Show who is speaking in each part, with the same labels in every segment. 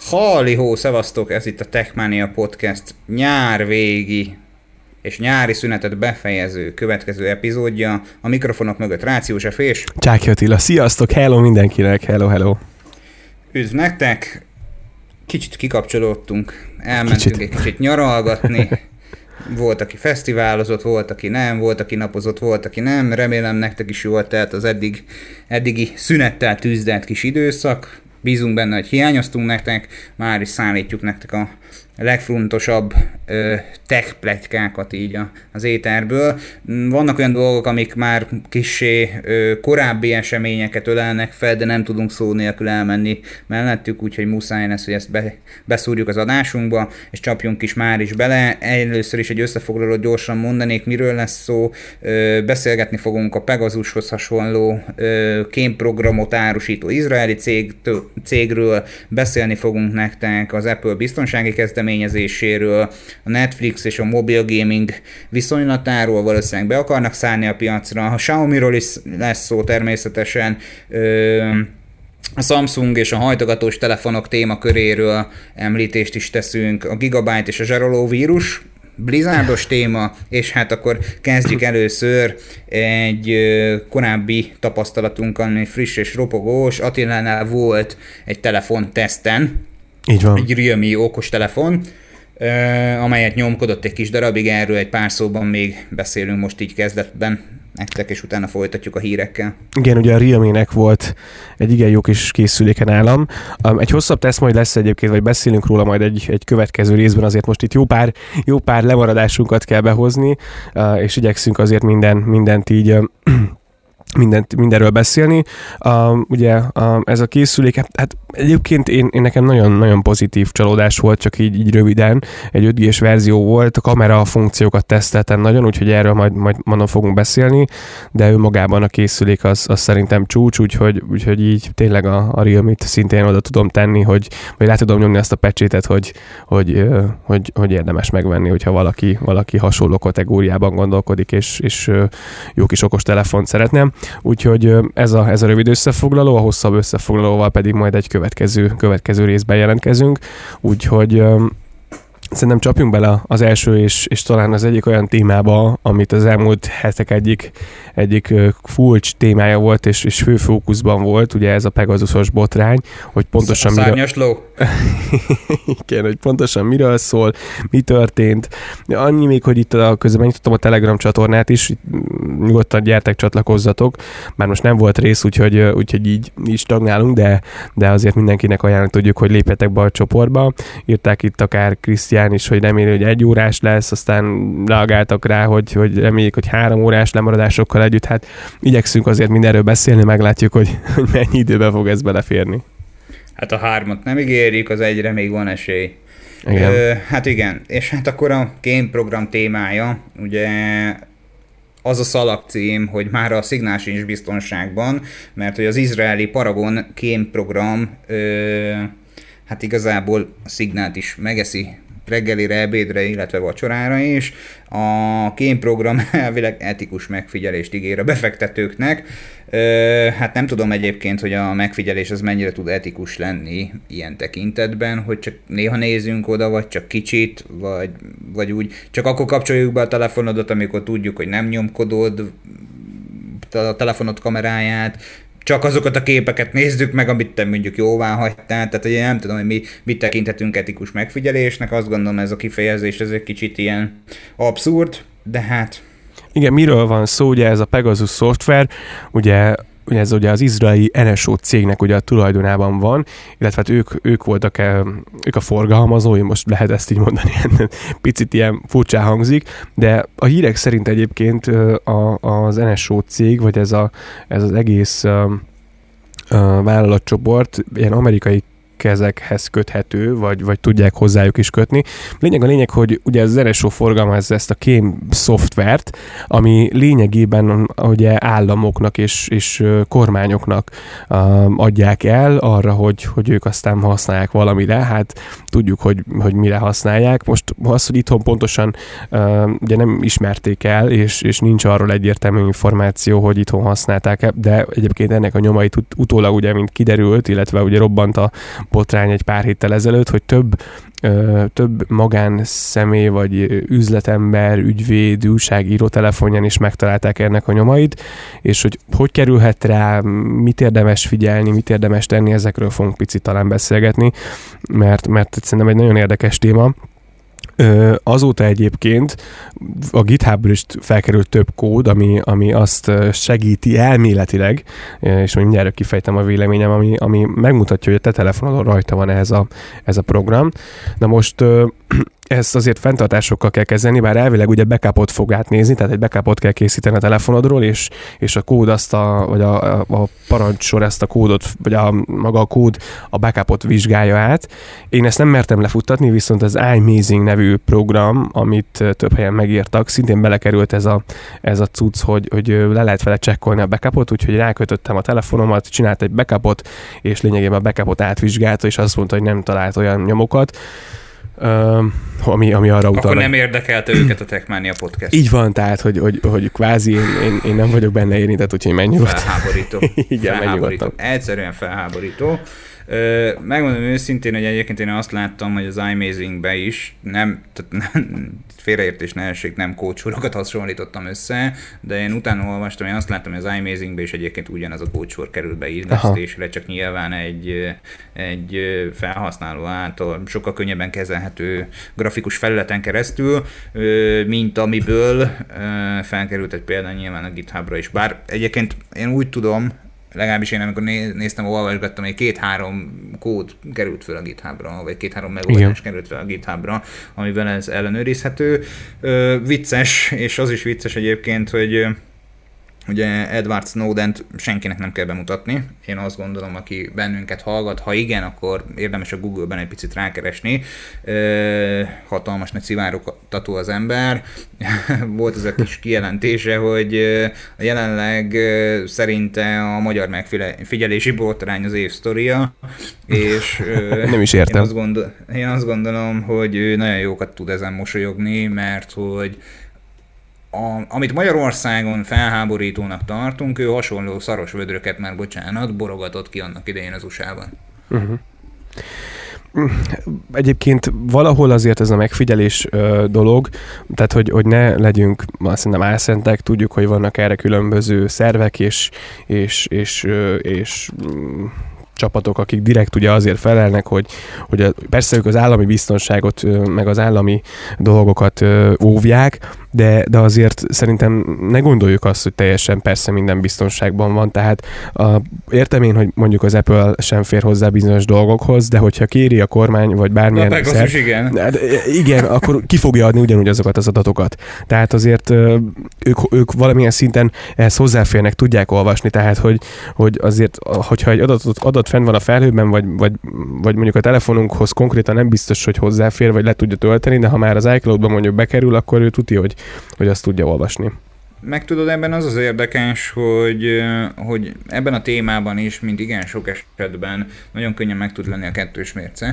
Speaker 1: Halli-hó, szevasztok, ez itt a Techmania Podcast nyárvégi és nyári szünetet befejező következő epizódja. A mikrofonok mögött Rácz József és
Speaker 2: Csáky Attila. Sziasztok, hello mindenkinek, hello.
Speaker 1: Üdv nektek! Kicsit kikapcsolódtunk, elmentünk egy kicsit nyaralgatni. Volt, aki fesztiválozott, volt, aki nem, volt, aki napozott, volt, aki nem. Remélem nektek is jól telt az eddigi szünettel tűzdelt kis időszak. Bízunk benne, hogy hiányoztunk nektek, már is szállítjuk nektek a legfontosabb tech pletykákat így az éterből. Vannak olyan dolgok, amik már kissé korábbi eseményeket ölelnek fel, de nem tudunk szó nélkül elmenni mellettük, úgyhogy muszáj lesz, hogy ezt beszúrjuk az adásunkba, és csapjunk is már is bele. Először is egy összefoglalót gyorsan mondanék, miről lesz szó. Beszélgetni fogunk a Pegasushoz hasonló kémprogramot árusító izraeli cégről, beszélni fogunk nektek az Apple biztonsági kezdeményezéséről, a Netflix és a mobile gaming viszonylatáról, valószínűleg be akarnak szállni a piacra. A Xiaomi-ról is lesz szó természetesen, a Samsung és a hajtogatós telefonok témaköréről említést is teszünk, a Gigabyte és a Zsaroló vírus, Blizzardos téma, és hát akkor kezdjük először egy korábbi tapasztalatunkkal, ami friss és ropogós. Attilánál volt egy telefon teszten,
Speaker 2: így van.
Speaker 1: Egy Realme okostelefon, amelyet nyomkodott egy kis darabig, erről egy pár szóban még beszélünk most így kezdetben nektek, és utána folytatjuk a hírekkel.
Speaker 2: Igen, ugye a Realme-nek volt egy igen jó kis készüléke nálam. Egy hosszabb teszt majd lesz egyébként, vagy beszélünk róla majd egy következő részben, azért most itt jó pár lemaradásunkat kell behozni, és igyekszünk azért mindent így mindenről beszélni. Ugye ez a készülék, hát egyébként én nekem nagyon pozitív csalódás volt, csak így röviden. Egy 5G-s verzió volt, a kamera funkciókat teszteltem nagyon, úgyhogy erről majd mondom fogunk beszélni, de önmagában a készülék az szerintem csúcs, úgyhogy így tényleg a Realme-t szintén oda tudom tenni, vagy rá tudom nyomni azt a pecsétet, hogy érdemes megvenni, hogyha valaki hasonló kategóriában gondolkodik, és jó kis okos telefont szeretne. Úgyhogy ez a rövid összefoglaló, a hosszabb összefoglalóval pedig majd egy következő részben jelentkezünk. Úgyhogy szerintem csapjunk bele az első és talán az egyik olyan témába, amit az elmúlt hetek egyik kulcs témája volt, és fő fókuszban volt, ugye ez a Pegasusos botrány, hogy pontosan
Speaker 1: szárnyas ló.
Speaker 2: Igen, hogy pontosan miről szól, mi történt. Annyi még, hogy itt közben nyitottam a Telegram csatornát is, nyugodtan gyertek, csatlakozzatok, már most nem volt rész, úgyhogy így stagnálunk, de azért mindenkinek ajánlani tudjuk, hogy lépjetek be a csoportba. Írták itt akár Krisztián is, hogy reméli, hogy 1 órás lesz, aztán reagáltak rá, hogy reméljük, hogy 3 órás lemaradásokkal együtt. Hát igyekszünk azért mindenről beszélni, meglátjuk, hogy mennyi időbe fog ez beleférni.
Speaker 1: Hát a 3-at nem ígérjük, az 1-re még van esély.
Speaker 2: Igen.
Speaker 1: Hát igen, és hát akkor a kémprogram témája, ugye az a szalagcím, hogy már a szignál sincs biztonságban, mert hogy az izraeli Paragon kémprogram hát igazából a szignált is megeszi reggelire, ebédre, illetve vacsorára is. A kémprogram elvileg etikus megfigyelést ígér a befektetőknek. Hát nem tudom egyébként, hogy a megfigyelés az mennyire tud etikus lenni ilyen tekintetben, hogy csak néha nézzünk oda, vagy csak kicsit, vagy úgy. Csak akkor kapcsoljuk be a telefonodat, amikor tudjuk, hogy nem nyomkodod a telefonod kameráját, csak azokat a képeket nézzük meg, amit te mondjuk jóvá hagytál, tehát ugye nem tudom, hogy mit tekinthetünk etikus megfigyelésnek, azt gondolom ez a kifejezés, ez egy kicsit ilyen abszurd, de hát...
Speaker 2: Igen, miről van szó, ugye ez a Pegasus szoftver, ugye ez ugye az izraeli NSO cégnek ugye a tulajdonában van, illetve hát ők voltak, ők a forgalmazói, most lehet ezt így mondani, picit ilyen furcsán hangzik, de a hírek szerint egyébként az NSO cég, vagy ez az egész vállalatcsoport ilyen amerikai kezekhez köthető, vagy tudják hozzájuk is kötni. A lényeg, hogy ugye az NSO forgalmaz ezt a kém szoftvert, ami lényegében ugye államoknak és kormányoknak adják el arra, hogy ők aztán használják valamire. Hát tudjuk, hogy mire használják. Most az, hogy itthon pontosan ugye nem ismerték el, és nincs arról egyértelmű információ, hogy itthon használták, de egyébként ennek a nyomait utólag ugye, mint kiderült, illetve ugye robbant a botrány egy pár héttel ezelőtt, hogy több magánszemély vagy üzletember, ügyvéd, újságíró telefonján is megtalálták ennek a nyomait, és hogy kerülhet rá, mit érdemes figyelni, mit érdemes tenni, ezekről fogunk picit talán beszélgetni, mert szerintem egy nagyon érdekes téma. Azóta egyébként a GitHubról is felkerült több kód, ami azt segíti elméletileg, és majd mindjárt kifejtem a véleményem, ami megmutatja, hogy a te telefonodon rajta van ez a program. Na most ezt azért fenntartásokkal kell kezelni, bár elvileg ugye backupot fog átnézni, tehát egy backupot kell készíteni a telefonodról, és a kód vagy a parancsor ezt a kódot, vagy maga a kód a backupot vizsgálja át. Én ezt nem mertem lefuttatni, viszont az iMazing nevű program, amit több helyen megírtak, szintén belekerült ez a cucc, hogy le lehet vele csekkolni a backupot, úgyhogy rákötöttem a telefonomat, csinált egy backupot, és lényegében a backupot átvizsgálta, és azt mondta, hogy nem talált olyan nyomokat, ami arra utal.
Speaker 1: Akkor nem érdekelte őket a Techmania podcast.
Speaker 2: Így van, tehát, hogy kvázi én nem vagyok benne érintett, úgyhogy menj nyugodtan.
Speaker 1: Felháborító.
Speaker 2: Igen,
Speaker 1: felháborító. Egyszerűen felháborító. Megmondom őszintén, hogy egyébként én azt láttam, hogy az iMazing-be is nem félreértés ne essék, nem kódsorokat hasonlítottam össze, de én utána olvastam, én azt láttam, hogy az iMazing-be is egyébként ugyanaz a kódsor kerül be illesztésre, csak nyilván egy felhasználó által sokkal könnyebben kezelhető grafikus felületen keresztül, mint amiből felkerült egy például nyilván a GitHubra is. Bár egyébként én úgy tudom, legalábbis én amikor néztem, olvasgattam, hogy 2-3 kód került fel a GitHubra, vagy 2-3 megoldás került fel a GitHubra, amivel ez ellenőrizhető. Vicces, és az is vicces egyébként, hogy ugye Edward Snowdent senkinek nem kell bemutatni. Én azt gondolom, aki bennünket hallgat, ha igen, akkor érdemes a Google-ben egy picit rákeresni. Hatalmas nagy szivárogtató az ember. Volt ez a kis kijelentése, hogy jelenleg szerinte a magyar megfigyelési botrány az év sztoria, és
Speaker 2: nem is értem.
Speaker 1: Én azt gondolom, hogy ő nagyon jókat tud ezen mosolyogni, mert hogy amit Magyarországon felháborítónak tartunk, ő hasonló szaros vödröket már, borogatott ki annak idején az USA-ban.
Speaker 2: Uh-huh. Egyébként valahol azért ez a megfigyelés dolog, tehát hogy ne legyünk azt hiszem álszentek, tudjuk, hogy vannak erre különböző szervek és csapatok, akik direkt ugye azért felelnek, hogy persze ők az állami biztonságot, meg az állami dolgokat óvják, de azért szerintem ne gondoljuk azt, hogy teljesen persze minden biztonságban van, tehát értem én, hogy mondjuk az Apple sem fér hozzá bizonyos dolgokhoz, de hogyha kéri a kormány, vagy bármilyen
Speaker 1: szerv,
Speaker 2: igen, akkor ki fogja adni ugyanúgy azokat az adatokat. Tehát azért ők valamilyen szinten ehhez hozzáférnek, tudják olvasni, tehát hogy azért, hogyha egy adat fenn van a felhőben, vagy mondjuk a telefonunkhoz konkrétan nem biztos, hogy hozzáfér, vagy le tudja tölteni, de ha már az iCloud-ban mondjuk bekerül, akkor ő tudja, hogy azt tudja olvasni.
Speaker 1: Meg tudod, ebben az érdekes, hogy ebben a témában is, mint igen sok esetben, nagyon könnyen meg tud lenni a kettős mérce.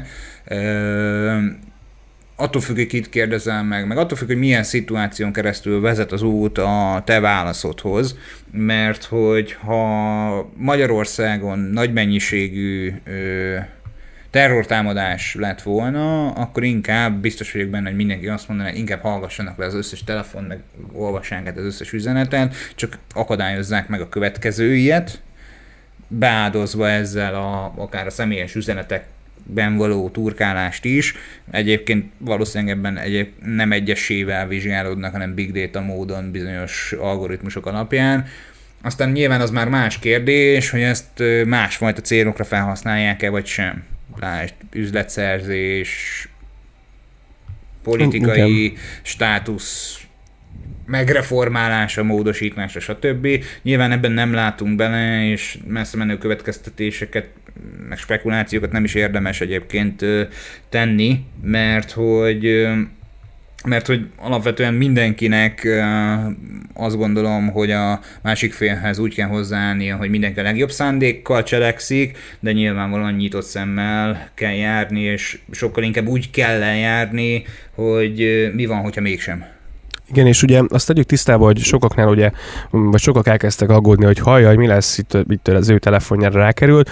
Speaker 1: Attól függ, hogy kit kérdezel meg attól függ, hogy milyen szituáción keresztül vezet az út a te válaszodhoz, mert hogy ha Magyarországon nagy mennyiségű terrortámadás lett volna, akkor inkább biztos vagyok benne, hogy mindenki azt mondaná, hogy inkább hallgassanak le az összes telefon, meg olvassák át az összes üzenetet, csak akadályozzák meg a következőiet, beáldozva ezzel akár a személyes üzenetekben való turkálást is. Egyébként valószínűleg ebben nem egyesével vizsgálódnak, hanem big data módon bizonyos algoritmusok alapján. Aztán nyilván az már más kérdés, hogy ezt másfajta célokra felhasználják-e, vagy sem. Lásd, üzletszerzés, politikai státusz megreformálása, módosítása, stb. Nyilván ebben nem látunk bele, és messze menő következtetéseket, meg spekulációkat nem is érdemes egyébként tenni, mert hogy alapvetően mindenkinek azt gondolom, hogy a másik félhez úgy kell hozzáállnia, hogy mindenki a legjobb szándékkal cselekszik, de nyilvánvalóan nyitott szemmel kell járni, és sokkal inkább úgy kell eljárni, hogy mi van, hogyha mégsem.
Speaker 2: Igen, és ugye azt tegyük tisztába, hogy sokaknál ugye, vagy sokak elkezdtek aggódni, hogy hajjaj, mi lesz itt az ő telefonjára rákerül.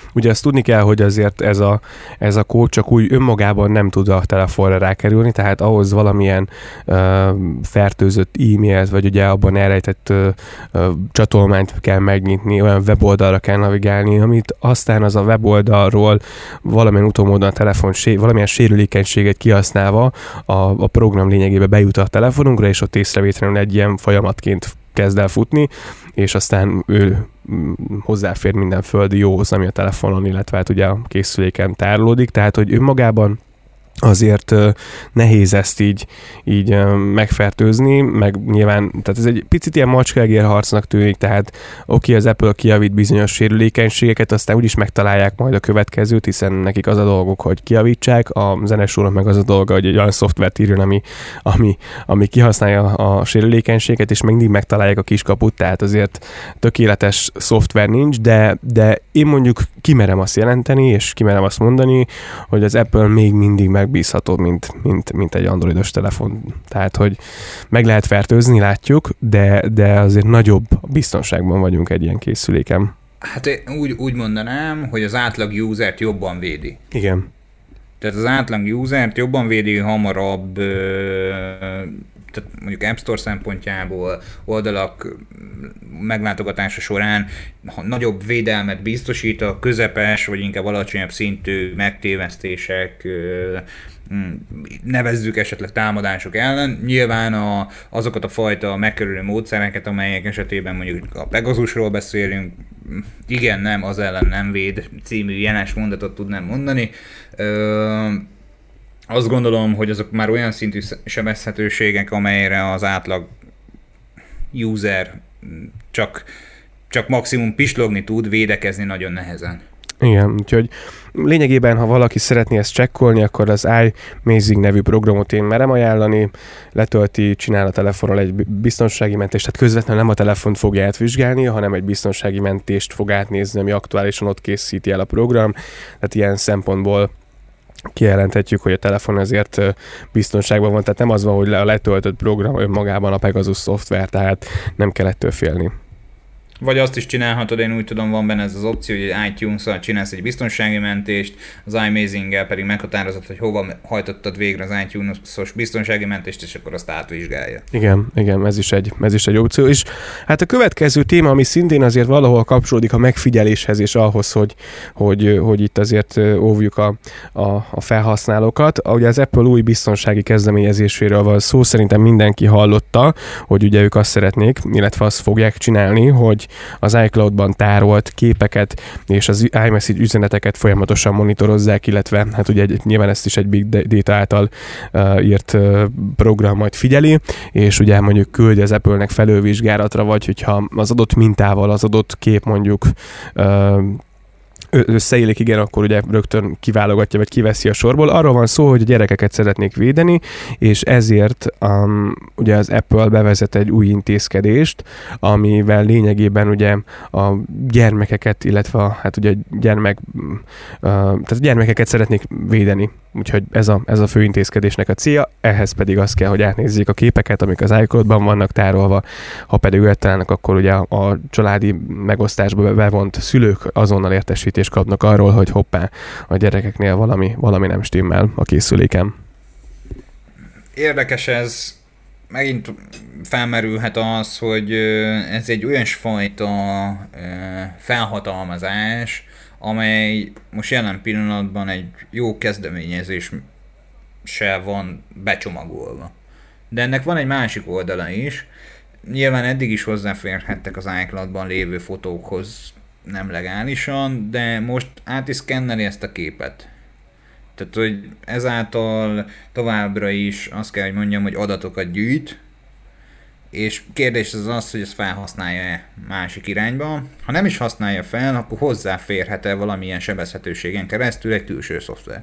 Speaker 2: Ugye azt tudni kell, hogy azért ez a kód csak úgy önmagában nem tud a telefonra rákerülni, tehát ahhoz valamilyen fertőzött e-mailt, vagy ugye abban elrejtett csatolmányt kell megnyitni, olyan weboldalra kell navigálni, amit aztán az a weboldalról valamilyen utómódon a telefon valamilyen sérülékenységet kihasználva a program lényegében bejut a telefonunkra, és ott észrevétlenül egy ilyen folyamatként kezd el futni, és aztán ő hozzáfér minden földi jóhoz, ami a telefonon, illetve hát ugye a készüléken tárolódik, tehát hogy önmagában azért nehéz ezt így megfertőzni, meg nyilván, tehát ez egy picit ilyen macskaegér harcnak tűnik, tehát oké, az Apple kijavít bizonyos sérülékenységeket, aztán úgyis megtalálják majd a következőt, hiszen nekik az a dolgok, hogy kijavítsák, a zenesúrnak meg az a dolga, hogy egy olyan szoftvert írjon, ami kihasználja a sérülékenységet, és mindig megtalálják a kiskaput, tehát azért tökéletes szoftver nincs, de én mondjuk kimerem azt jelenteni, és kimerem azt mondani, hogy az Apple még mindig megbízhatóbb, mint egy androidos telefon. Tehát, hogy meg lehet fertőzni, látjuk, de azért nagyobb biztonságban vagyunk egy ilyen készüléken.
Speaker 1: Hát én úgy mondanám, hogy az átlag usert jobban védi.
Speaker 2: Igen.
Speaker 1: Tehát az átlag usert jobban védi, hamarabb, tehát mondjuk App Store szempontjából, oldalak meglátogatása során nagyobb védelmet biztosít a közepes, vagy inkább alacsonyabb szintű megtévesztések, nevezzük esetleg támadások ellen. Nyilván azokat a fajta megkerülő módszereket, amelyek esetében mondjuk a Pegasusról beszélünk, igen, nem, az ellen nem véd című jeles mondatot tudnám mondani. Azt gondolom, hogy azok már olyan szintű sebezhetőségek, amelyre az átlag user csak maximum pislogni tud, védekezni nagyon nehezen.
Speaker 2: Igen, úgyhogy lényegében, ha valaki szeretné ezt csekkolni, akkor az iMazing nevű programot én merem ajánlani, letölti, csinál a telefonról egy biztonsági mentést, tehát közvetlenül nem a telefont fogja átvizsgálni, hanem egy biztonsági mentést fog átnézni, ami aktuálisan ott készíti el a program, tehát ilyen szempontból kijelenthetjük, hogy a telefon ezért biztonságban van, tehát nem az van, hogy a letöltött program önmagában a Pegasus szoftver, tehát nem kell ettől félni.
Speaker 1: Vagy azt is csinálhatod, én úgy tudom, van benne ez az opció, hogy egy iTunes-szal csinálsz egy biztonsági mentést, az iMazing-gel pedig meghatározod, hogy hova hajtottad végre az iTunes-os biztonsági mentést, és akkor azt átvizsgálja.
Speaker 2: Igen, ez is egy opció. És hát a következő téma, ami szintén azért valahol kapcsolódik a megfigyeléshez, és ahhoz, hogy itt azért óvjuk a felhasználókat. Ugye az Apple új biztonsági kezdeményezéséről van szó, szerintem mindenki hallotta, hogy ugye ők azt szeretnék, illetve azt fogják csinálni, hogy az iCloud-ban tárolt képeket és az iMessage üzeneteket folyamatosan monitorozzák, illetve hát ugye nyilván ezt is egy Big Data által írt program majd figyeli, és ugye mondjuk küldi az Apple-nek felülvizsgálatra, vagy hogyha az adott mintával az adott kép mondjuk összeillik, igen, akkor ugye rögtön kiválogatja, vagy kiveszi a sorból. Arról van szó, hogy a gyerekeket szeretnék védeni, és ezért ugye az Apple bevezet egy új intézkedést, amivel lényegében ugye a gyermekeket, illetve hát ugye tehát gyermekeket szeretnék védeni. Úgyhogy ez a fő intézkedésnek a célja, ehhez pedig az kell, hogy átnézzék a képeket, amik az iCloud-ban vannak tárolva, ha pedig őt találnak, akkor ugye a családi megosztásba bevont szülők azonnal értesítést kapnak arról, hogy hoppá, a gyerekeknél valami nem stimmel a készüléken.
Speaker 1: Érdekes ez, megint felmerülhet az, hogy ez egy olyasfajta felhatalmazás, amely most jelen pillanatban egy jó kezdeményezéssel van becsomagolva. De ennek van egy másik oldala is. Nyilván eddig is hozzáférhettek az iCloud-ban lévő fotókhoz nem legálisan, de most át is szkenneli ezt a képet. Tehát, hogy ezáltal továbbra is azt kell, hogy mondjam, hogy adatokat gyűjt, és kérdés az, hogy ezt felhasználja-e másik irányba. Ha nem is használja fel, akkor hozzáférhet-e valamilyen sebezhetőségen keresztül egy külső szoftver?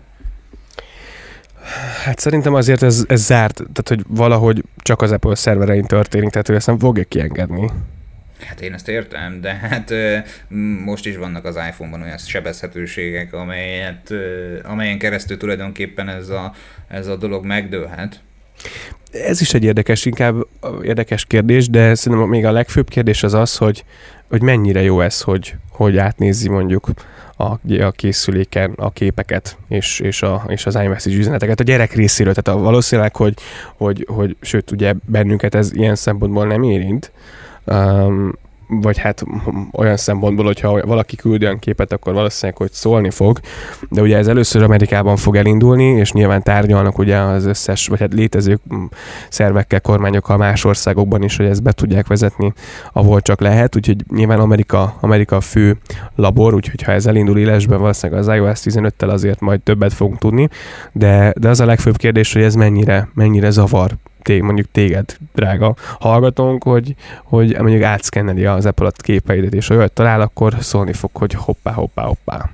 Speaker 2: Hát szerintem azért ez zárt, tehát hogy valahogy csak az Apple szerverein történik, tehát ő ezt nem fogja kiengedni.
Speaker 1: Hát én ezt értem, de hát most is vannak az iPhone-ban olyan sebezhetőségek, amelyen keresztül tulajdonképpen ez a dolog megdőlhet.
Speaker 2: Ez is egy inkább érdekes kérdés, de szerintem még a legfőbb kérdés az, hogy mennyire jó ez, hogy átnézi mondjuk a készüléken a képeket és az iMessage üzeneteket a gyerek részéről. Tehát valószínűleg, hogy sőt, ugye bennünket ez ilyen szempontból nem érint, vagy hát olyan szempontból, hogyha valaki küld olyan képet, akkor valószínűleg, hogy szólni fog, de ugye ez először Amerikában fog elindulni, és nyilván tárgyalnak ugye az összes, vagy hát létező szervekkel, kormányokkal más országokban is, hogy ezt be tudják vezetni, ahol csak lehet, úgyhogy nyilván Amerika a fő labor, úgyhogy ha ez elindul élesben, valószínűleg az iOS 15-tel azért majd többet fogunk tudni, de az a legfőbb kérdés, hogy ez mennyire zavar mondjuk téged, drága hallgatónk, hogy mondjuk átszkenneli az Apple képeidet, és ha olyat talál, akkor szólni fog, hogy hoppá.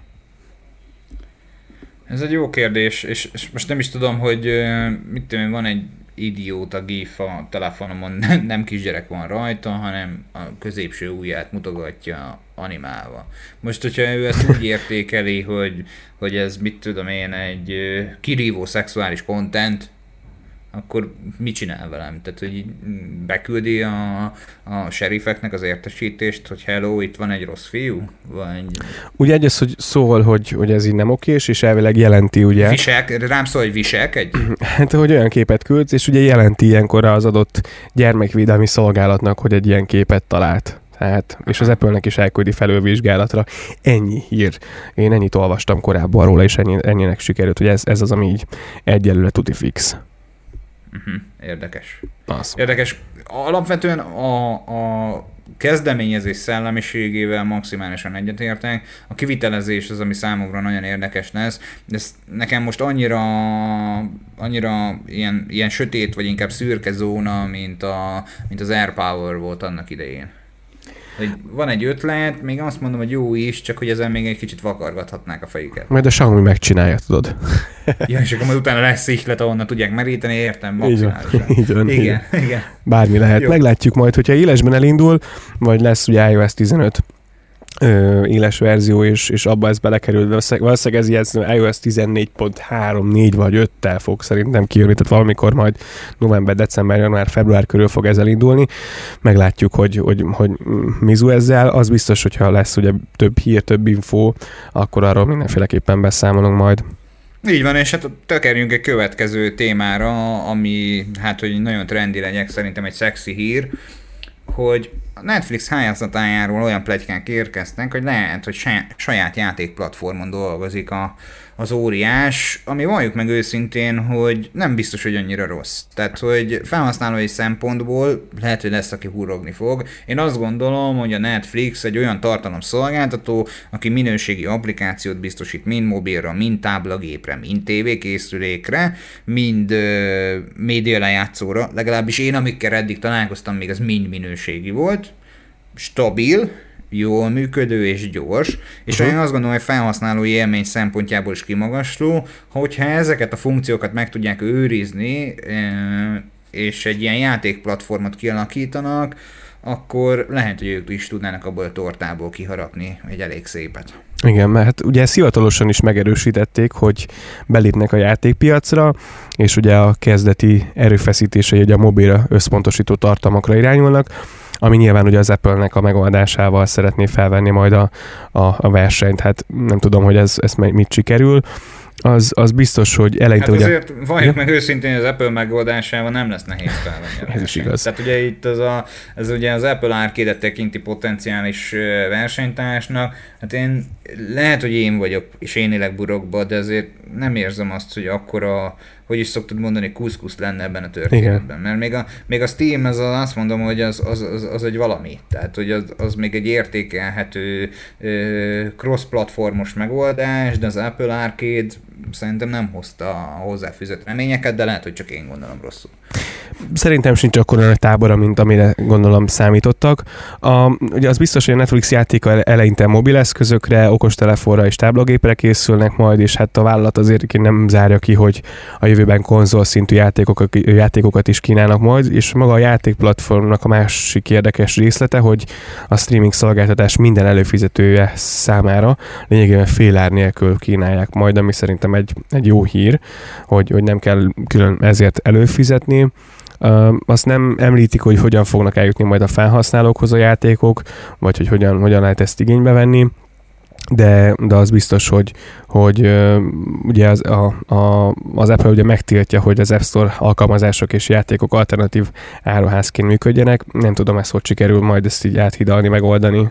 Speaker 1: Ez egy jó kérdés, és most nem is tudom, hogy mit tudom, van egy idióta gif a telefonomon, nem kisgyerek van rajta, hanem a középső ujját mutogatja animálva. Most, hogyha ő ezt úgy értékeli, hogy ez mit tudom én, egy kirívó szexuális content, akkor mit csinál velem? Tehát, hogy beküldi a serifeknek az értesítést, hogy hello, itt van egy rossz fiú? Vagy...
Speaker 2: Ugye egy az, hogy szól, hogy ez így nem okés, és elvileg jelenti, ugye...
Speaker 1: Rám szól, hogy viselkedj?
Speaker 2: Hát, hogy olyan képet küldsz, és ugye jelenti ilyenkor az adott gyermekvédelmi szolgálatnak, hogy egy ilyen képet talált. Tehát, és az Apple-nek is elküldi felülvizsgálatra. Ennyi hír. Én ennyit olvastam korábban róla, és ennyinek sikerült, hogy ez az, ami így egyelőre tuti fix.
Speaker 1: Érdekes.
Speaker 2: Az.
Speaker 1: Érdekes. Alapvetően a kezdeményezés szellemiségével maximálisan egyetértek. A kivitelezés az, ami számomra nagyon érdekes lesz. De ez nekem most annyira ilyen sötét, vagy inkább szürke zóna, mint az AirPower volt annak idején. Hogy van egy ötlet, még azt mondom, hogy jó is, csak hogy ezen még egy kicsit vakargathatnák a fejüket.
Speaker 2: Majd a Xiaomi megcsinálja, tudod.
Speaker 1: Ja, és akkor majd utána lesz ihlet, ahonnan tudják meríteni, értem, maximálisan.
Speaker 2: Így van.
Speaker 1: Igen.
Speaker 2: Bármi lehet.
Speaker 1: Jó.
Speaker 2: Meglátjuk majd, hogyha élesben elindul, vagy lesz ugye iOS 15 éles verzió, és abba ez belekerül. Valószínűleg ez iOS 14.3, 4 vagy 5-tel fog szerintem kijönni, tehát valamikor majd november, december, január, február körül fog ez elindulni. Meglátjuk, hogy mizu ezzel. Az biztos, hogyha lesz ugye több hír, több info, akkor arról mindenféleképpen beszámolunk majd.
Speaker 1: Így van, és hát tekerjünk egy következő témára, ami hát, hogy nagyon trendi legyek, szerintem egy szexi hír, hogy a Netflix házatájáról olyan pletykák érkeztek, hogy lehet, hogy saját játékplatformon dolgozik az óriás, ami valljuk meg őszintén, hogy nem biztos, hogy annyira rossz. Tehát, hogy felhasználói szempontból lehet, hogy lesz, aki hurrogni fog. Én azt gondolom, hogy a Netflix egy olyan tartalomszolgáltató, aki minőségi applikációt biztosít mind mobilra, mind táblagépre, mind tévékészülékre, mind médialejátszóra. Legalábbis én, amikkel eddig találkoztam, még az mind minőségi volt. Stabil, jól működő és gyors, és én azt gondolom, hogy felhasználói élmény szempontjából is kimagasló, hogyha ezeket a funkciókat meg tudják őrizni, és egy ilyen játékplatformot kialakítanak, akkor lehet, hogy ők is tudnának abból a tortából kiharapni egy elég szépet.
Speaker 2: Igen, mert hát ugye ezt hivatalosan is megerősítették, hogy belépnek a játékpiacra, és ugye a kezdeti erőfeszítései a mobilra összpontosító tartalmakra irányulnak, ami nyilván ugye az Apple-nek a megoldásával szeretné felvenni majd a versenyt. Hát nem tudom, hogy ez mit sikerül. Az biztos, hogy eleinte...
Speaker 1: Hát azért valljuk meg őszintén, az Apple megoldásával nem lesz nehéz felvenni.
Speaker 2: Ez is igaz.
Speaker 1: Tehát ugye itt ez ugye az Apple Arcade-et tekinti potenciális versenytársnak. Hát lehet, hogy én vagyok, és én élek burokba, de azért nem érzem azt, hogy akkora, hogy is szoktad mondani, kuszkusz lenne ebben a történetben. Igen. Mert még a Steam, azt mondom, hogy az egy valami. Tehát, hogy az még egy értékelhető cross-platformos megoldás, de az Apple Arcade szerintem nem hozta a hozzáfűzött reményeket, de lehet, hogy csak én gondolom rosszul.
Speaker 2: Szerintem sincs akkora nagy tábora, mint amire gondolom számítottak. Ugye az biztos, hogy a Netflix játéka eleinte mobileszközökre, okostelefonra és táblagépre készülnek majd, és hát a vállalat azért nem zárja ki, hogy a jövőben konzol szintű játékokat is kínálnak majd, és maga a játékplatformnak a másik érdekes részlete, hogy a streaming szolgáltatás minden előfizetője számára lényegében félár nélkül kínálják majd, ami szerintem egy jó hír, hogy nem kell külön ezért előfizetni. Azt nem említik, hogy hogyan fognak eljutni majd a felhasználókhoz a játékok, vagy hogy hogyan lehet ezt igénybe venni. De az biztos, hogy ugye az Apple ugye megtiltja, hogy az App Store alkalmazások és játékok alternatív áruházként működjenek. Nem tudom, ezt hogy sikerül majd ezt így áthidalni, megoldani.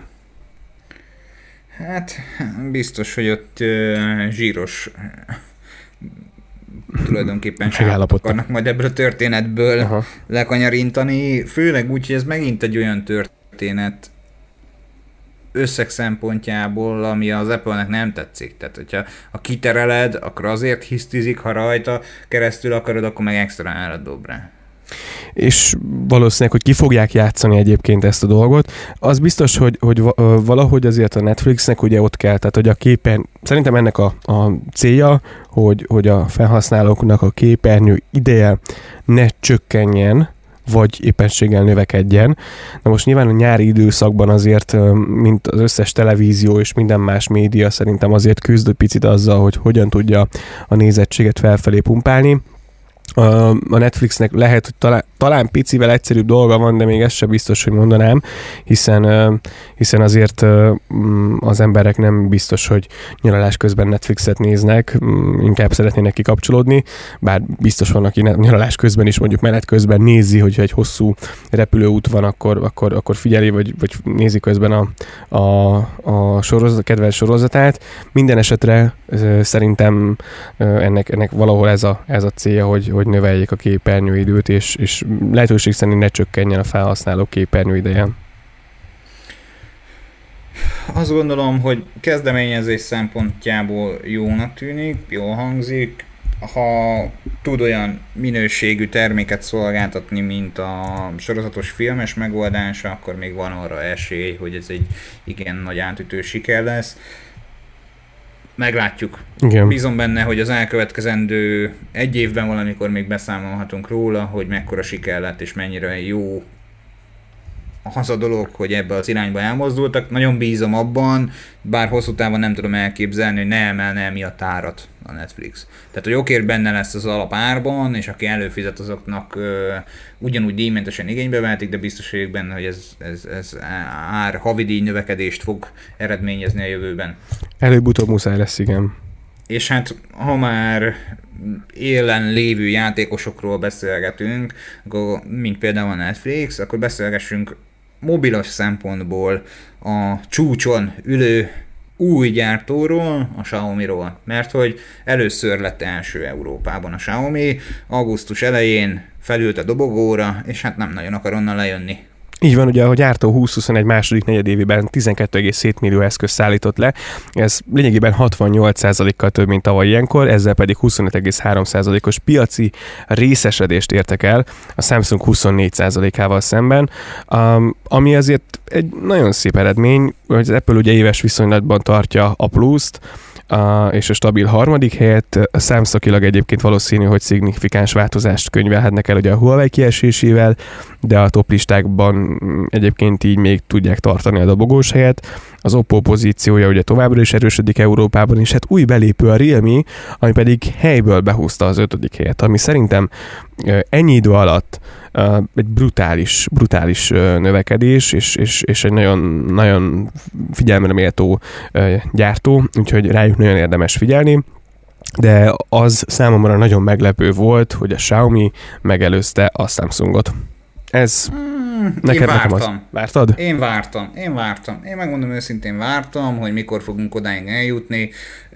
Speaker 1: Hát biztos, hogy ott zsíros tulajdonképpen sávot akarnak majd ebből a történetből lekanyarintani. Főleg úgy, hogy ez megint egy olyan történet, összeg szempontjából, ami az Apple-nek nem tetszik. Tehát, hogyha kitereled, akkor azért hisztizik, ha rajta keresztül akarod, akkor meg extra árat dob rá.
Speaker 2: És valószínűleg, hogy ki fogják játszani egyébként ezt a dolgot. Az biztos, hogy valahogy azért a Netflixnek ugye ott kell, tehát hogy a képen, szerintem ennek a célja, hogy a felhasználóknak a képernyő ideje ne csökkenjen, vagy éppenséggel növekedjen. Na most nyilván a nyári időszakban azért, mint az összes televízió és minden más média szerintem azért küzd egy picit azzal, hogy hogyan tudja a nézettséget felfelé pumpálni. A Netflixnek lehet, hogy talán picivel egyszerűbb dolga van, de még ez sem biztos, hogy mondanám, hiszen azért az emberek nem biztos, hogy nyaralás közben Netflixet néznek, inkább szeretnének kikapcsolódni, bár biztos van, aki nyaralás közben is mondjuk menet közben nézi, hogyha egy hosszú repülőút van, akkor figyeli, vagy nézi közben a kedvenc sorozatát. Minden esetre szerintem ennek valahol ez a célja, hogy növeljék a képernyőidőt, és lehetőség szerint ne csökkenjen a felhasználó képernyőideje.
Speaker 1: Azt gondolom, hogy kezdeményezés szempontjából jónak tűnik, jól hangzik. Ha tud olyan minőségű terméket szolgáltatni, mint a sorozatos filmes megoldása, akkor még van arra esély, hogy ez egy igen nagy átütő siker lesz. Meglátjuk. Igen. Bízom benne, hogy az elkövetkezendő egy évben valamikor még beszámolhatunk róla, hogy mekkora siker lett és mennyire jó az a dolog, hogy ebbe az irányba elmozdultak. Nagyon bízom abban, bár hosszú távon nem tudom elképzelni, hogy ne emelne emiatt árat a Netflix. Tehát, hogy okért benne lesz az alapárban, és aki előfizet, azoknak ugyanúgy díjmentesen igénybe vehetik, de biztos vagyok benne, hogy ez havidíj növekedést fog eredményezni a jövőben.
Speaker 2: Előbb-utóbb muszáj lesz, igen.
Speaker 1: És hát, ha már élen lévő játékosokról beszélgetünk, akkor, mint például a Netflix, akkor beszélgessünk mobilos szempontból a csúcson ülő új gyártóról, a Xiaomi-ról. Mert hogy először lett első Európában a Xiaomi, augusztus elején felült a dobogóra, és hát nem nagyon akar onnan lejönni.
Speaker 2: Így van, ugye a gyártó 2021 második negyedévében 12,7 millió eszközt szállított le, ez lényegében 68%-kal több, mint tavaly ilyenkor, ezzel pedig 25,3%-os piaci részesedést értek el a Samsung 24%-ával szemben, ami azért egy nagyon szép eredmény, hogy az Apple ugye éves viszonylatban tartja a pluszt, és a stabil harmadik helyet, számszakilag egyébként valószínű, hogy szignifikáns változást könyvelhetnek el ugye a Huawei kiesésével, de a top listákban egyébként így még tudják tartani a dobogós helyet. Az Oppo pozíciója ugye továbbra is erősödik Európában, és hát új belépő a Realme, ami pedig helyből behúzta az 5. helyet, ami szerintem ennyi idő alatt egy brutális növekedés, és egy nagyon, nagyon figyelmre méltó gyártó, úgyhogy rájuk nagyon érdemes figyelni. De az számomra nagyon meglepő volt, hogy a Xiaomi megelőzte a Samsungot. Ez neked nekem az. Vártad?
Speaker 1: Én vártam. Én megmondom őszintén vártam, hogy mikor fogunk odáig eljutni,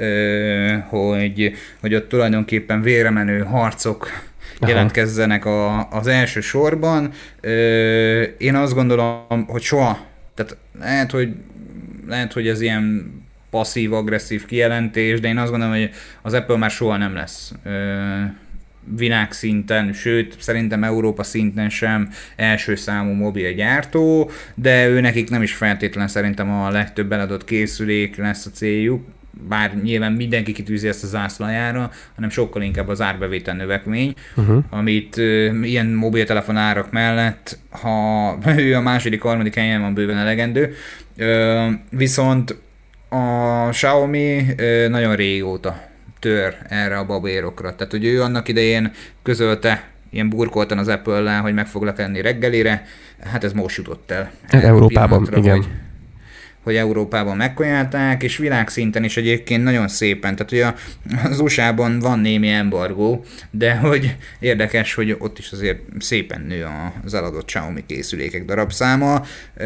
Speaker 1: hogy ott tulajdonképpen véremenő harcok jelentkezzenek az első sorban. Én azt gondolom, hogy soha. Tehát lehet, hogy ez ilyen passzív-agresszív kijelentés, de én azt gondolom, hogy az Apple már soha nem lesz világszinten, sőt, szerintem Európa szinten sem első számú mobilgyártó, de nekik nem is feltétlen szerintem a legtöbb eladott készülék lesz a céljuk, bár nyilván mindenki kitűzi ezt a zászlajára, hanem sokkal inkább az árbevétel növekmény, amit ilyen mobiltelefon árak mellett, ha ő a második, harmadik helyen van, bőven elegendő. Viszont a Xiaomi nagyon régóta tör erre a babérokra. Tehát, hogy ő annak idején közölte ilyen burkoltan az Apple-lel, hogy meg foglak enni reggelire, hát ez most jutott el.
Speaker 2: Európában, igen.
Speaker 1: Hogy Európában megkajálták, és világszinten is egyébként nagyon szépen. Tehát ugye az USA-ban van némi embargó, de hogy érdekes, hogy ott is azért szépen nő az eladott Xiaomi készülékek darabszáma.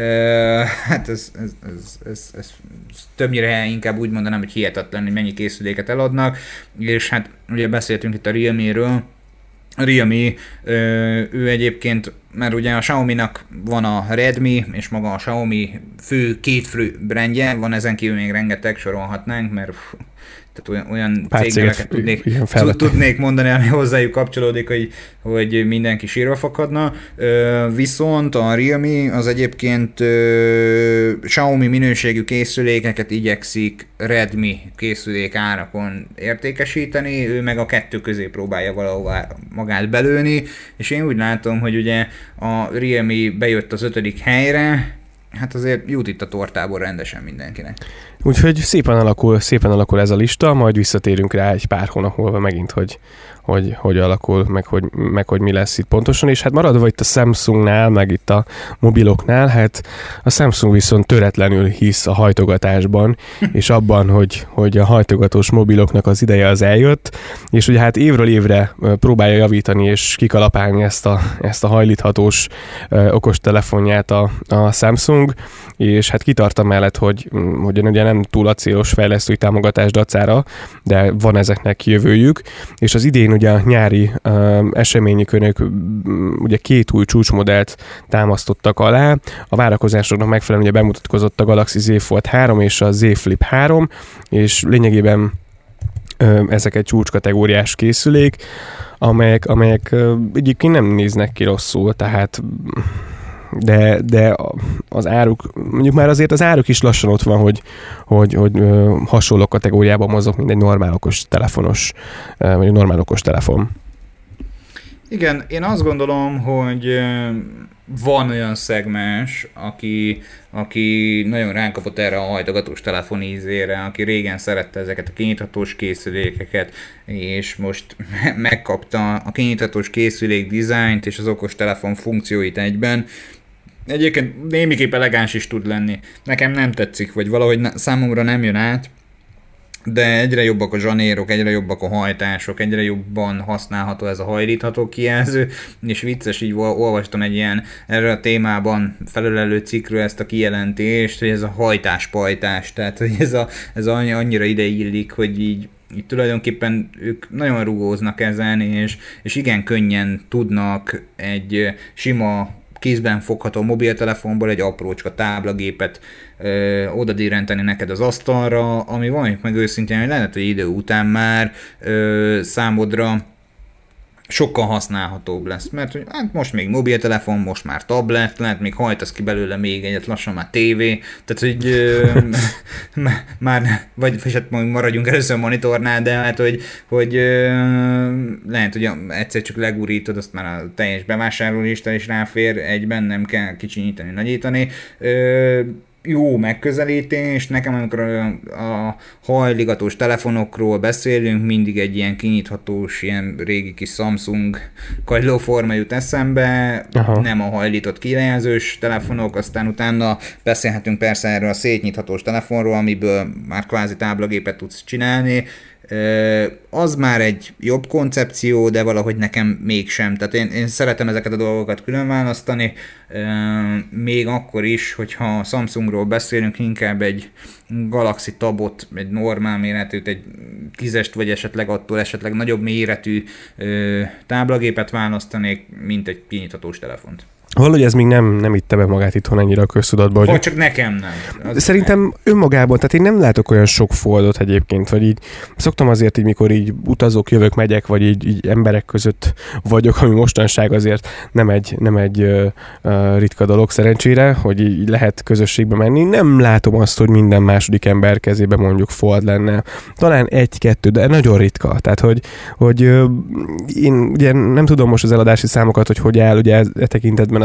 Speaker 1: Hát ez többnyire inkább úgy mondanám, hogy hihetetlen, hogy mennyi készüléket eladnak, és hát ugye beszéltünk itt a Realme-ről. A Realme, ő egyébként, mert ugye a Xiaomi-nak van a Redmi, és maga a Xiaomi két fő brandje, van ezen kívül még rengeteg, sorolhatnánk, mert tehát olyan cégeket tudnék mondani, ami hozzájuk kapcsolódik, hogy mindenki sírva fakadna. Viszont a Realme az egyébként Xiaomi minőségű készülékeket igyekszik Redmi készülék árakon értékesíteni, ő meg a kettő közé próbálja valahová magát belőni, és én úgy látom, hogy ugye a Realme bejött az 5. helyre, hát azért jut itt a tortából rendesen mindenkinek.
Speaker 2: Úgyhogy szépen alakul ez a lista, majd visszatérünk rá egy pár hónap múlva megint, hogy alakul, meg hogy mi lesz itt pontosan, és hát maradva itt a Samsungnál, meg itt a mobiloknál, hát a Samsung viszont töretlenül hisz a hajtogatásban, és abban, hogy a hajtogatós mobiloknak az ideje az eljött, és ugye hát évről évre próbálja javítani és kikalapálni ezt a hajlíthatós okostelefonját a Samsung, és hát kitart mellett, hogy ugye nem túl acélos fejlesztői támogatás dacára, de van ezeknek jövőjük, és az idén ugye a nyári eseményükön ők ugye 2 új csúcsmodellt támasztottak alá. A várakozásoknak megfelelően ugye bemutatkozott a Galaxy Z Fold 3 és a Z Flip 3, és lényegében ezek egy csúcskategóriás készülék, amelyek egyébként nem néznek ki rosszul, tehát de az áruk, mondjuk már azért az áruk is lassan ott van, hogy hasonló kategóriában mozog, mint egy normál okos telefonos, vagy egy normál okos telefon.
Speaker 1: Igen, én azt gondolom, hogy van olyan szegmens, aki nagyon ránkapott erre a hajtogatós telefon ízére, aki régen szerette ezeket a kinyithatós készülékeket, és most megkapta a kinyithatós készülék dizájnt és az okos telefon funkcióit egyben. Egyébként némiképp elegáns is tud lenni. Nekem nem tetszik, vagy valahogy számomra nem jön át, de egyre jobbak a zsanérok, egyre jobbak a hajtások, egyre jobban használható ez a hajlítható kijelző, és vicces, így olvastam egy ilyen erre a témában felölelő cikkről ezt a kijelentést, hogy ez a hajtáspajtás, tehát hogy ez annyira ide illik, hogy így tulajdonképpen ők nagyon rugóznak ezen, és igen könnyen tudnak egy sima kézben fogható mobiltelefonból egy aprócska táblagépet oda dirrenteni neked az asztalra, ami valamit meg őszintén, hogy lehet, hogy idő után már számodra sokkal használhatóbb lesz, mert hogy hát most még mobiltelefon, most már tablet, lehet még hajtasz ki belőle még egyet, lassan már tévé, tehát hogy már, vagy hát maradjunk először a monitornál, de hát hogy lehet, hogy egyszer csak legurítod, azt már a teljes bevásárlólista is ráfér, egyben nem kell kicsinyíteni, nagyítani. Jó megközelítés, nekem amikor a hajligatós telefonokról beszélünk, mindig egy ilyen kinyithatós, ilyen régi kis Samsung kagylóforma jut eszembe, aha, nem a hajlított kijelzős telefonok, aztán utána beszélhetünk persze erről a szétnyithatós telefonról, amiből már kvázi táblagépet tudsz csinálni. Az már egy jobb koncepció, de valahogy nekem mégsem. Tehát én szeretem ezeket a dolgokat külön választani, még akkor is, hogyha Samsungról beszélünk, inkább egy Galaxy Tabot, egy normál méretűt, egy 10-est, vagy esetleg nagyobb méretű táblagépet választanék, mint egy kinyithatós telefont.
Speaker 2: Valahogy ez még nem itte be magát itthon ennyire a köztudatban.
Speaker 1: Vagy csak nekem nem.
Speaker 2: Szerintem önmagában, tehát én nem látok olyan sok Foldot egyébként, vagy így szoktam azért így, mikor így utazok, jövök, megyek, vagy így emberek között vagyok, ami mostanság azért nem egy ritka dolog szerencsére, hogy így lehet közösségbe menni. Nem látom azt, hogy minden második ember kezébe mondjuk Fold lenne. Talán 1-2, de nagyon ritka. Tehát, hogy én ugye nem tudom most az eladási számokat, hogy áll ugye e tekintetben a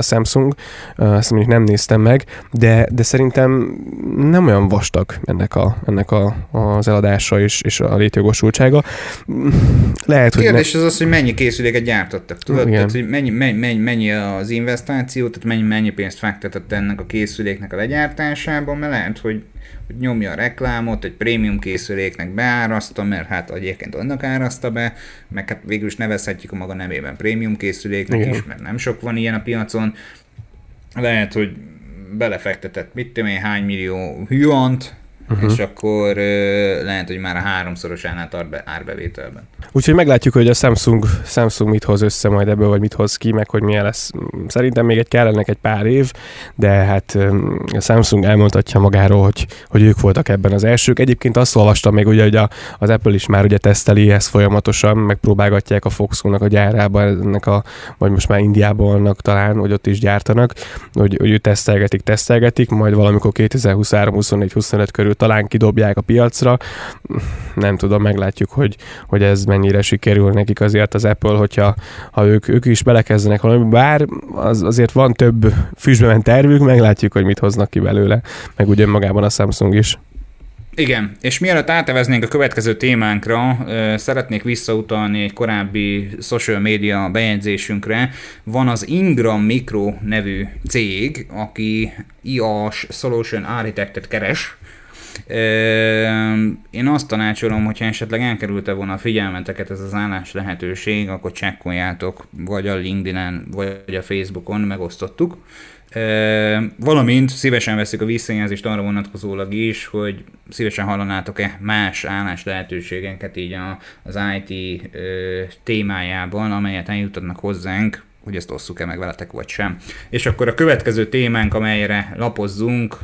Speaker 2: Samsung, azt mondjuk nem néztem meg, de szerintem nem olyan vastag ennek az eladása és a létjogosultsága. Lehet,
Speaker 1: kérdés hogy az, hogy mennyi készüléket gyártottak, tudod? Tehát, hogy mennyi az investáció, tehát mennyi pénzt fektetett ennek a készüléknek a legyártásában, mert lehet, hogy nyomja a reklámot, egy prémium készüléknek beáraszta, mert hát egyébként annak áraszta be, meg hát végül is nevezhetjük a maga nevében prémium készüléknek igen. is, mert nem sok van ilyen a piacon. Lehet, hogy belefektetett, mit tudom én, hány millió yuant, és akkor lehet, hogy már a 3-szorosánál tart árbevételben.
Speaker 2: Úgyhogy meglátjuk, hogy a Samsung mit hoz össze majd ebből, vagy mit hoz ki, meg hogy milyen lesz. Szerintem még kellenek egy pár év, de hát a Samsung elmondhatja magáról, hogy ők voltak ebben az elsők. Egyébként azt olvastam még, ugye, hogy az Apple is már ugye teszteli ezt folyamatosan, megpróbálgatják a Foxconn-nak a gyárában, vagy most már Indiában vannak talán, hogy ott is gyártanak, hogy ő tesztelgetik, majd valamikor 2023-24-25 körül talán kidobják a piacra. Nem tudom, meglátjuk, hogy ez mennyire sikerül nekik azért az Apple, hogyha ők is belekezdenek valami, bár azért van több füstbe ment tervük, meglátjuk, hogy mit hoznak ki belőle, meg ugye magában a Samsung is.
Speaker 1: Igen, és mielőtt áteveznénk a következő témánkra, szeretnék visszautalni egy korábbi social media bejegyzésünkre. Van az Ingram Micro nevű cég, aki IaaS Solution Architectet keres. Én azt tanácsolom, hogyha esetleg elkerülte volna a figyelmeteket ez az állás lehetőség, akkor csekkoljátok, vagy a LinkedIn-en, vagy a Facebookon megosztottuk. Valamint szívesen veszik a visszajelzést arra vonatkozólag is, hogy szívesen hallanátok-e más állás lehetőségeket így az IT témájában, amelyet eljutatnak hozzánk, hogy ezt osszuk-e meg veletek, vagy sem. És akkor a következő témánk, amelyre lapozzunk,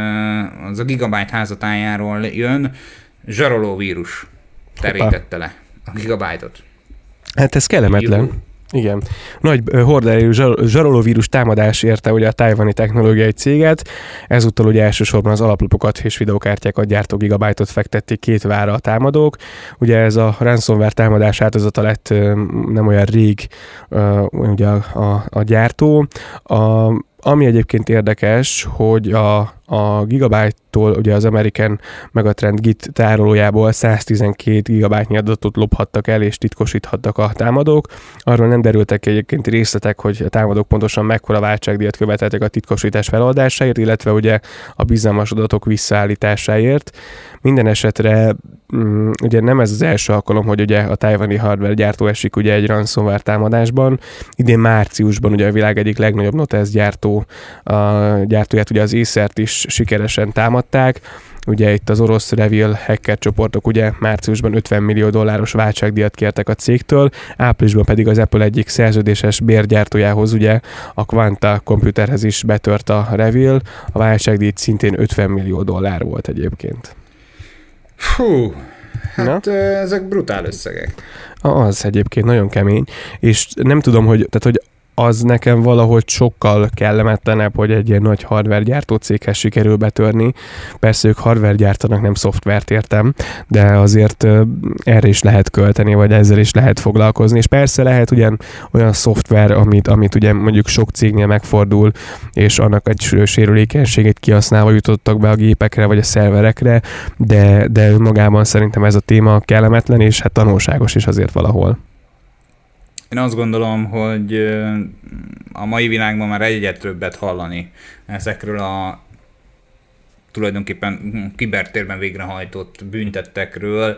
Speaker 1: az a Gigabyte házatájáról jön, zsaroló vírus terítette le a Gigabyte-ot.
Speaker 2: Hát ez kellemetlen. Igen. Nagy horderejű zsarolóvírus támadás érte ugye a tajvani technológiai céget. Ezúttal ugye elsősorban az alaplapokat és videokártyákat gyártó Gigabyte-ot fektették két vára a támadók. Ugye ez a ransomware támadás áldozata lett nem olyan rég ugye a gyártó. Ami egyébként érdekes, hogy a Gigabyte-tól ugye az American Megatrend Git tárolójából 112 GB-nyi adatot lophattak el és titkosíthattak a támadók. Arról nem derültek ki egyébként részletek, hogy a támadók pontosan mekkora váltságdíjat követeltek a titkosítás feloldásáért, illetve ugye a bizalmas adatok visszaállításáért. Minden esetre ugye nem ez az első alkalom, hogy ugye a tajvani hardware gyártó esik ugye egy ransomware támadásban. Idén márciusban ugye a világ egyik legnagyobb Notez gyártóját, ugye az Acert is sikeresen támadták. Ugye itt az orosz Revil hacker csoportok ugye márciusban $50 millió váltságdíjat kértek a cégtől, áprilisban pedig az Apple egyik szerződéses bérgyártójához, ugye a Quanta Computerhez is betört a Revil, a váltságdíj szintén $50 millió volt egyébként.
Speaker 1: Fú, hát ezek brutál összegek.
Speaker 2: Az egyébként nagyon kemény, és nem tudom, hogy az nekem valahogy sokkal kellemetlenebb, hogy egy ilyen nagy hardware gyártó céghez sikerül betörni. Persze ők hardware gyártanak, nem szoftvert értem, de azért erre is lehet költeni, vagy ezzel is lehet foglalkozni. És persze lehet ugyan olyan szoftver, amit ugye mondjuk sok cégnél megfordul, és annak egy sérülékenységét kihasználva jutottak be a gépekre, vagy a szerverekre, de magában szerintem ez a téma kellemetlen, és hát tanulságos is azért valahol.
Speaker 1: Én azt gondolom, hogy a mai világban már egyre többet hallani ezekről a tulajdonképpen kibertérben végrehajtott büntettekről,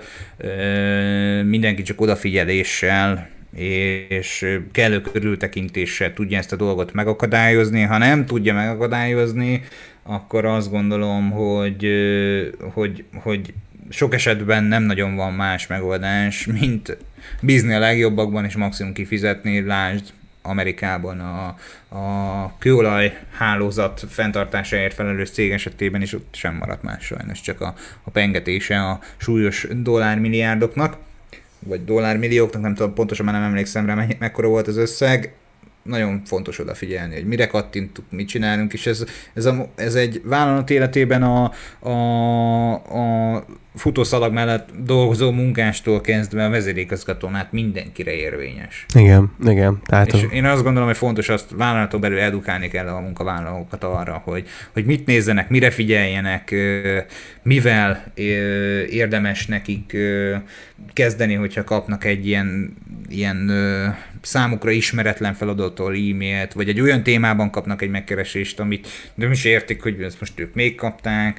Speaker 1: mindenki csak odafigyeléssel és kellő körültekintéssel tudja ezt a dolgot megakadályozni. Ha nem tudja megakadályozni, akkor azt gondolom, hogy sok esetben nem nagyon van más megoldás, mint bízni a legjobbakban és maximum kifizetni. Lásd Amerikában a kőolaj hálózat fenntartásáért felelős cég esetében is ott sem maradt más sajnos, csak a pengetése a súlyos dollármilliárdoknak, vagy dollármillióknak, nem tudom, pontosan már nem emlékszem rá, mekkora volt az összeg. Nagyon fontos odafigyelni, hogy mire kattintunk, mit csinálunk, és ez egy vállalat életében a futószalag mellett dolgozó munkástól kezdve a vezérigazgatón át mindenkire érvényes.
Speaker 2: Igen. Tehát
Speaker 1: és én azt gondolom, hogy fontos azt vállalaton belül edukálni kell a munkavállalókat arra, hogy mit nézzenek, mire figyeljenek, mivel érdemes nekik kezdeni, hogyha kapnak egy ilyen számukra ismeretlen feladattól e-mailt, vagy egy olyan témában kapnak egy megkeresést, amit nem is értik, hogy ezt most ők még kapták.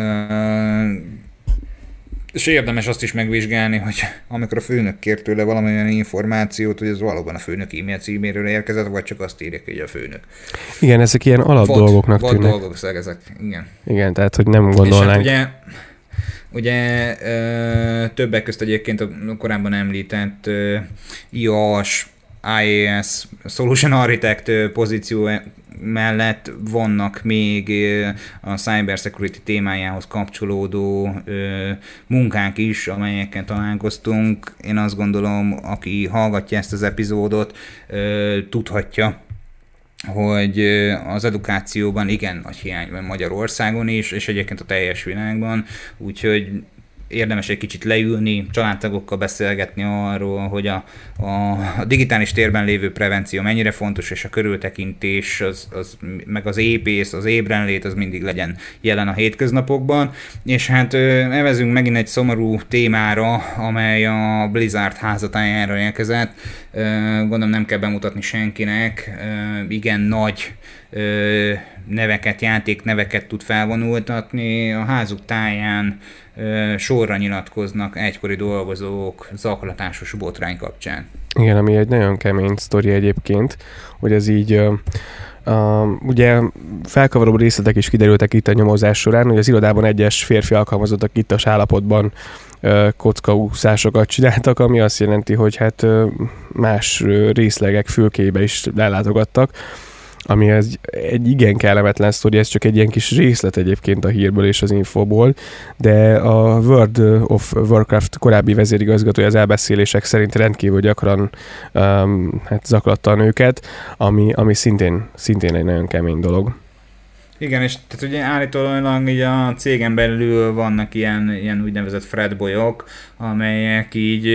Speaker 1: És érdemes azt is megvizsgálni, hogy amikor a főnök kér tőle valamilyen információt, hogy ez valóban a főnök e-mail címéről érkezett, vagy csak azt írják, hogy a főnök.
Speaker 2: Igen, ezek ilyen alapdolgoknak tűnnek.
Speaker 1: Vad dolgok ezek, igen.
Speaker 2: Igen, tehát hogy nem gondolnánk.
Speaker 1: És hát ugye többek közt egyébként a korábban említett IAS, IAS, Solution Architect pozíció mellett vannak még a cybersecurity témájához kapcsolódó munkánk is, amelyekkel találkoztunk. Én azt gondolom, aki hallgatja ezt az epizódot, tudhatja, hogy az edukációban igen nagy hiány van Magyarországon is, és egyébként a teljes világban, úgyhogy érdemes egy kicsit leülni, családtagokkal beszélgetni arról, hogy a digitális térben lévő prevenció mennyire fontos, és a körültekintés, meg az épész, az ébrenlét, az mindig legyen jelen a hétköznapokban. És hát evezünk megint egy szomorú témára, amely a Blizzard házatájára érkezett. Gondolom nem kell bemutatni senkinek, igen nagy neveket, játékneveket tud felvonultatni. A házuk táján sorra nyilatkoznak egykori dolgozók zaklatásos botrány kapcsán.
Speaker 2: Igen, ami egy nagyon kemény sztori egyébként, hogy ez így ugye felkavaró részletek is kiderültek itt a nyomozás során, hogy az irodában egyes férfi alkalmazottak ittas állapotban kockaúszásokat csináltak, ami azt jelenti, hogy hát más részlegek fülkébe is ellátogattak, ami egy igen kellemetlen sztori, ez csak egy ilyen kis részlet egyébként a hírből és az infóból, de a World of Warcraft korábbi vezérigazgatója az elbeszélések szerint rendkívül gyakran zaklatta a nőket, ami szintén egy nagyon kemény dolog.
Speaker 1: Igen, és tehát ugye állítólag így a cégen belül vannak ilyen úgynevezett fredbolyok, amelyek így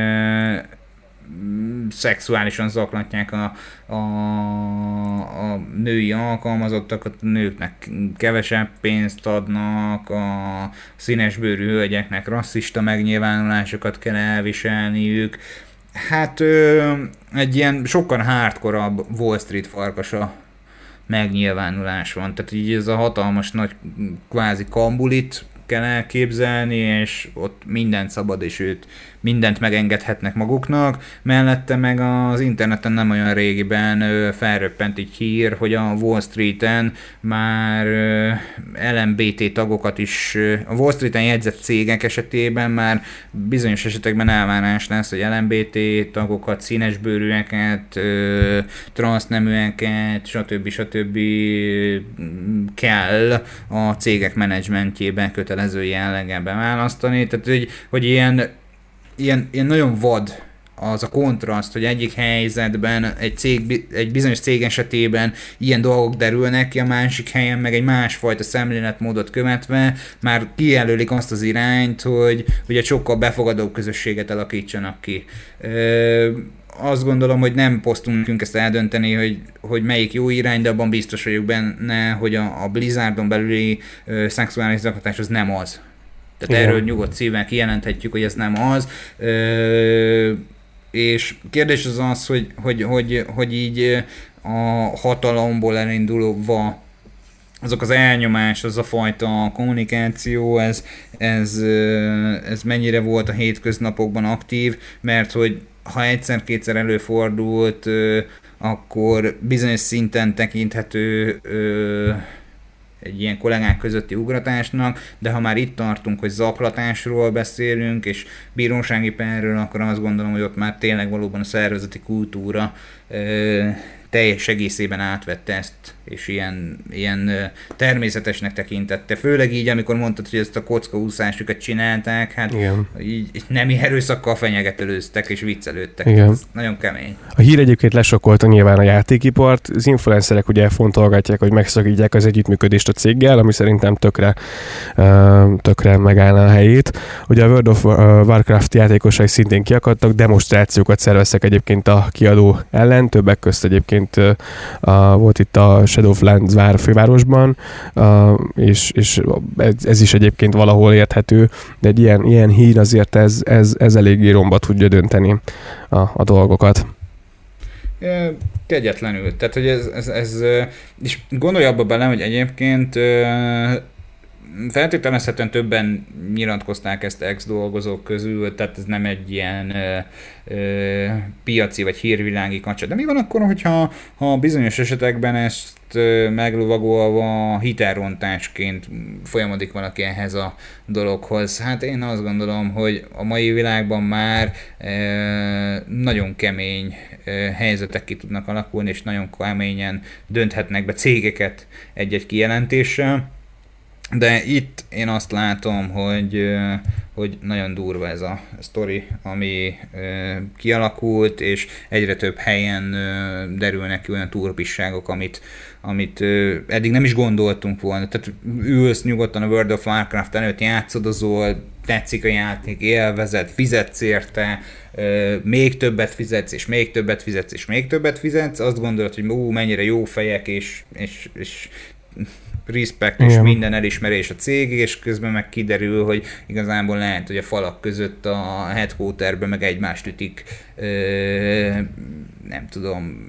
Speaker 1: szexuálisan zaklatják a női alkalmazottakat, a nőknek kevesebb pénzt adnak, a színesbőrű hölgyeknek rasszista megnyilvánulásokat kell elviselniük. Hát egy ilyen sokkal hardcore-abb Wall Street farkasa megnyilvánulás van. Tehát így ez a hatalmas nagy kvázi kambulit kell elképzelni, és ott mindent szabad, és őt mindent megengedhetnek maguknak. Mellette meg az interneten nem olyan régiben felröppent egy hír, hogy a Wall Streeten már LMBT tagokat is, a Wall Streeten jegyzett cégek esetében már bizonyos esetekben elvárás lesz, hogy LMBT tagokat, színesbőrűeket, transzneműeket, stb. Kell a cégek menedzsmentjébe kötelező jelleggel beválasztani. Tehát, hogy ilyen nagyon vad az a kontraszt, hogy egyik helyzetben egy bizonyos cég esetében ilyen dolgok derülnek ki, a másik helyen meg egy másfajta szemléletmódot követve már kijelölik azt az irányt, hogy egy sokkal befogadóbb közösséget alakítsanak ki. Azt gondolom, hogy nem posztunk nekünk ezt eldönteni, hogy melyik jó irány, de abban biztos vagyok benne, hogy a Blizzardon belüli szexuális zaklatás az nem az. Tehát erről nyugodt szívvel kijelenthetjük, hogy ez nem az. És kérdés az, hogy így a hatalomból elindulva azok az elnyomás, az a fajta kommunikáció, ez mennyire volt a hétköznapokban aktív, mert hogy ha egyszer-kétszer előfordult, akkor bizonyos szinten tekinthető egy ilyen kollégák közötti ugratásnak, de ha már itt tartunk, hogy zaklatásról beszélünk, és bírósági perről, akkor azt gondolom, hogy ott már tényleg valóban a szervezeti kultúra teljes egészében átvette ezt, és ilyen természetesnek tekintette. Főleg így, amikor mondtad, hogy ezt a kockaúszásukat csinálták, hát így nemi erőszakkal fenyegetőztek és viccelődtek. Ez nagyon kemény.
Speaker 2: A hír egyébként lesokkolta nyilván a játékipart. Az influencerek ugye fontolgatják, hogy megszakítják az együttműködést a céggel, ami szerintem tökre megállna a helyét. Ugye a World of Warcraft játékosai szintén kiakadtak, demonstrációkat szerveztek egyébként a kiadó ellen, többek közt egyébként volt itt a Shadowlands vár fővárosban, és ez is egyébként valahol érthető, de egy ilyen hír azért ez eléggé romba tudja dönteni a dolgokat.
Speaker 1: Kegyetlenül. Tehát, hogy ez és gondolj abba bele, hogy egyébként feltételezhetően többen nyilatkozták ezt ex-dolgozók közül, tehát ez nem egy ilyen piaci vagy hírvilági kacsa. De mi van akkor, hogyha bizonyos esetekben ezt meglovagolva hitelrontásként folyamodik valaki ehhez a dologhoz? Hát én azt gondolom, hogy a mai világban már nagyon kemény helyzetek ki tudnak alakulni, és nagyon keményen dönthetnek be cégeket egy-egy kijelentéssel. De itt én azt látom, hogy nagyon durva ez a sztori, ami kialakult, és egyre több helyen derülnek ki olyan turpisságok, amit eddig nem is gondoltunk volna. Tehát ülsz nyugodtan a World of Warcraft előtt, játszodozol, tetszik a játék, élvezed, fizetsz érte, még többet fizetsz, és még többet fizetsz, és még többet fizetsz, azt gondolod, hogy mennyire jó fejek, és respect és minden elismerés a cég, és közben meg kiderül, hogy igazából lehet, hogy a falak között a headquarterben meg egymást ütik, nem tudom,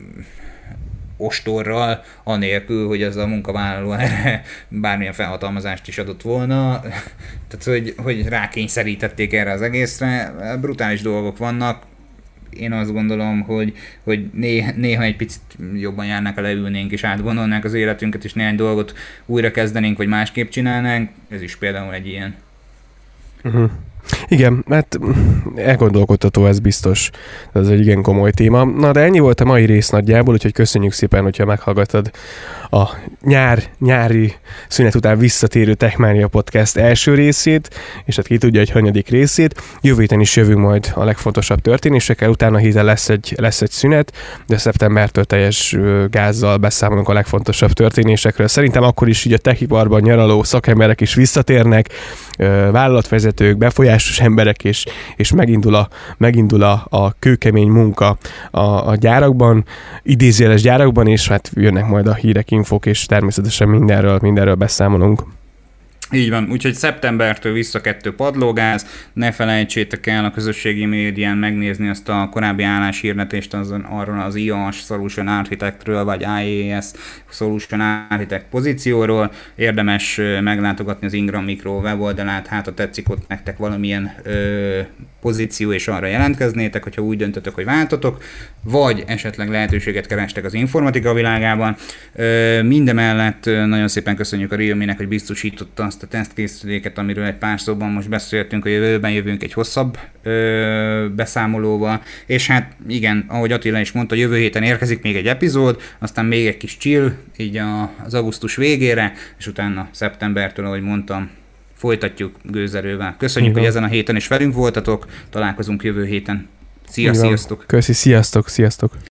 Speaker 1: ostorral, anélkül, hogy az a munkavállaló erre bármilyen felhatalmazást is adott volna. Tehát, hogy rákényszerítették erre az egészre. Brutális dolgok vannak. Én azt gondolom, hogy néha egy picit jobban járnák, ha leülnénk és átgondolnánk az életünket, és néhány dolgot újra kezdenénk, vagy másképp csinálnánk. Ez is például egy ilyen.
Speaker 2: Uh-huh. Igen, hát elgondolkodtató, ez biztos. Ez egy igen komoly téma. Na, de ennyi volt a mai rész nagyjából, úgyhogy köszönjük szépen, hogyha meghallgatod a nyári szünet után visszatérő Techmania Podcast első részét, és hát ki tudja, hogy hanyadik részét. Jövő héten is jövünk majd a legfontosabb történésekkel, utána héten lesz egy szünet, de szeptembertől teljes gázzal beszámolunk a legfontosabb történésekről. Szerintem akkor is így a techiparban nyaraló szakemberek is visszatérnek, vállalatvezetők, befolyásos emberek, és megindul a kőkemény munka a gyárakban, idézőjeles gyárakban, és hát jönnek majd a hírek, infók, és természetesen mindenről beszámolunk.
Speaker 1: Így van, úgyhogy szeptembertől vissza 2 padlógáz, ne felejtsétek el a közösségi médián megnézni azt a korábbi álláshirnetést arról az IAS Solution Architectről, vagy IAS Solution Architect pozícióról. Érdemes meglátogatni az Ingram Micro weboldalát, hát ha tetszik ott nektek valamilyen pozíció, és arra jelentkeznétek, hogyha úgy döntötök, hogy váltotok, vagy esetleg lehetőséget kerestek az informatika világában. Mindemellett nagyon szépen köszönjük a Realme-nek, hogy biztosította azt a tesztkészüléket, amiről egy pár szóban most beszéltünk, hogy jövőben jövünk egy hosszabb beszámolóval, és hát igen, ahogy Attila is mondta, jövő héten érkezik még egy epizód, aztán még egy kis chill, így az augusztus végére, és utána szeptembertől, ahogy mondtam, folytatjuk gőzerővel. Köszönjük, hogy ezen a héten is velünk voltatok, találkozunk jövő héten. Sziasztok!
Speaker 2: Köszi, sziasztok!